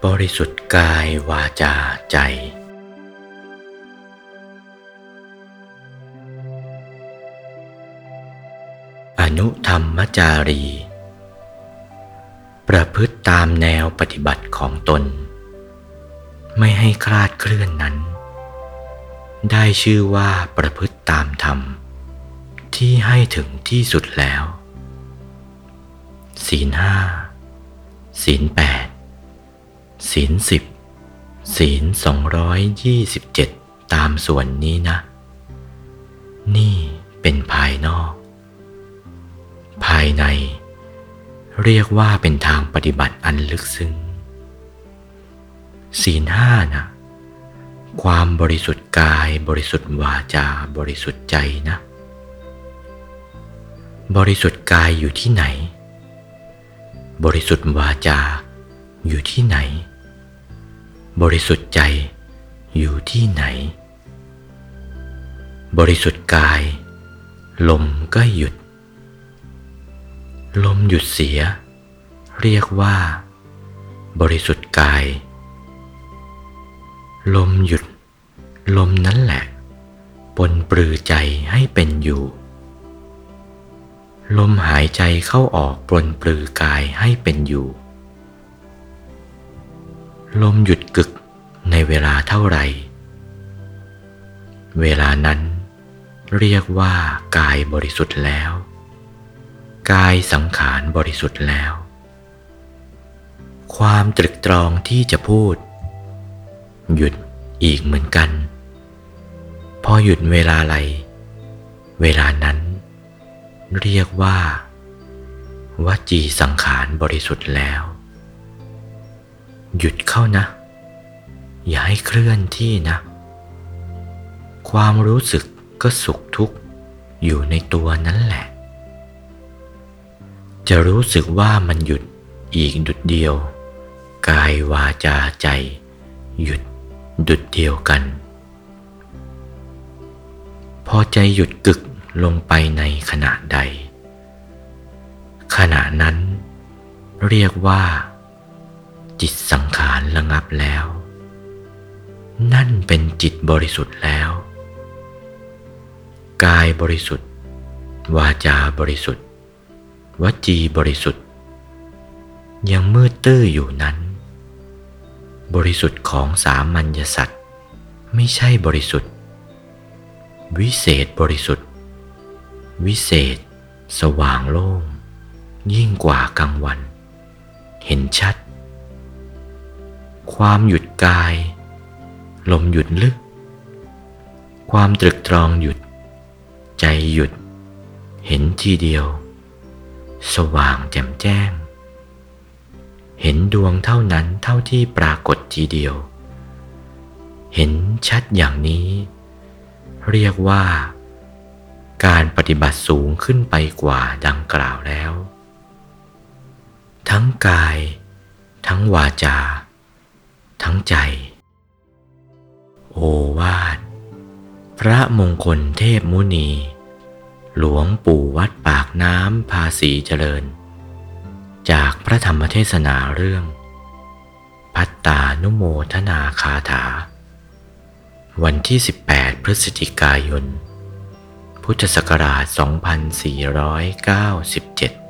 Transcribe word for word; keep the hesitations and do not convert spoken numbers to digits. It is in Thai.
บริสุทธิ์กายวาจาใจอนุธรรมจารี ประพฤติตามแนวปฏิบัติของตนไม่ให้คลาดเคลื่อนนั้น ได้ชื่อว่าประพฤติตามธรรมที่ให้ถึงที่สุดแล้วศีลห้าศีลแปดศีลสิบศีลสองร้อยยี่สิบเจ็ดตามส่วนนี้นะนี่เป็นภายนอกภายในเรียกว่าเป็นทางปฏิบัติอันลึกซึ้งศีลห้านะความบริสุทธิ์กายบริสุทธิ์วาจาบริสุทธิ์ใจนะบริสุทธิ์กายอยู่ที่ไหนบริสุทธิ์วาจาอยู่ที่ไหนบริสุทธิ์ใจอยู่ที่ไหนบริสุทธิ์กายลมก็หยุดลมหยุดเสียเรียกว่าบริสุทธิ์กายลมหยุดลมนั้นแหละปนปลือใจให้เป็นอยู่ลมหายใจเข้าออกปลนปลือกายให้เป็นอยู่ลมหยุดกึกในเวลาเท่าไหร่เวลานั้นเรียกว่ากายบริสุทธิ์แล้วกายสังขารบริสุทธิ์แล้วความตรึกตรองที่จะพูดหยุดอีกเหมือนกันพอหยุดเวลาไรเวลานั้นเรียกว่าวจีสังขารบริสุทธิ์แล้วหยุดเข้านะอย่าให้เคลื่อนที่นะความรู้สึกก็สุขทุกข์อยู่ในตัวนั้นแหละจะรู้สึกว่ามันหยุดอีกดุจเดียวกายวาจาใจหยุดดุจเดียวกันพอใจหยุดกึกลงไปในขณะใดขณะนั้นเรียกว่าจิตสังขารระงับแล้วนั่นเป็นจิตบริสุทธิ์แล้วกายบริสุทธิ์วาจาบริสุทธิ์วจีบริสุทธิ์ยังมืดตื้ออยู่นั้นบริสุทธิ์ของสามัญญสัตว์ไม่ใช่บริสุทธิ์วิเศษบริสุทธิ์วิเศษสว่างโล่งยิ่งกว่ากลางวันเห็นชัดความหยุดกายลมหยุดลึกความตรึกตรองหยุดใจหยุดเห็นทีเดียวสว่างแจ่มแจ้งเห็นดวงเท่านั้นเท่าที่ปรากฏทีเดียวเห็นชัดอย่างนี้เรียกว่าการปฏิบัติสูงขึ้นไปกว่าดังกล่าวแล้วทั้งกายทั้งวาจาทั้งใจโอวาทพระมงคลเทพมุนีหลวงปู่วัดปากน้ำภาษีเจริญจากพระธรรมเทศนาเรื่องพัตตานุโมทนาคาถาวันที่สิบแปดพฤศจิกายนพุทธศักราชสองพันสี่ร้อยเก้าสิบเจ็ด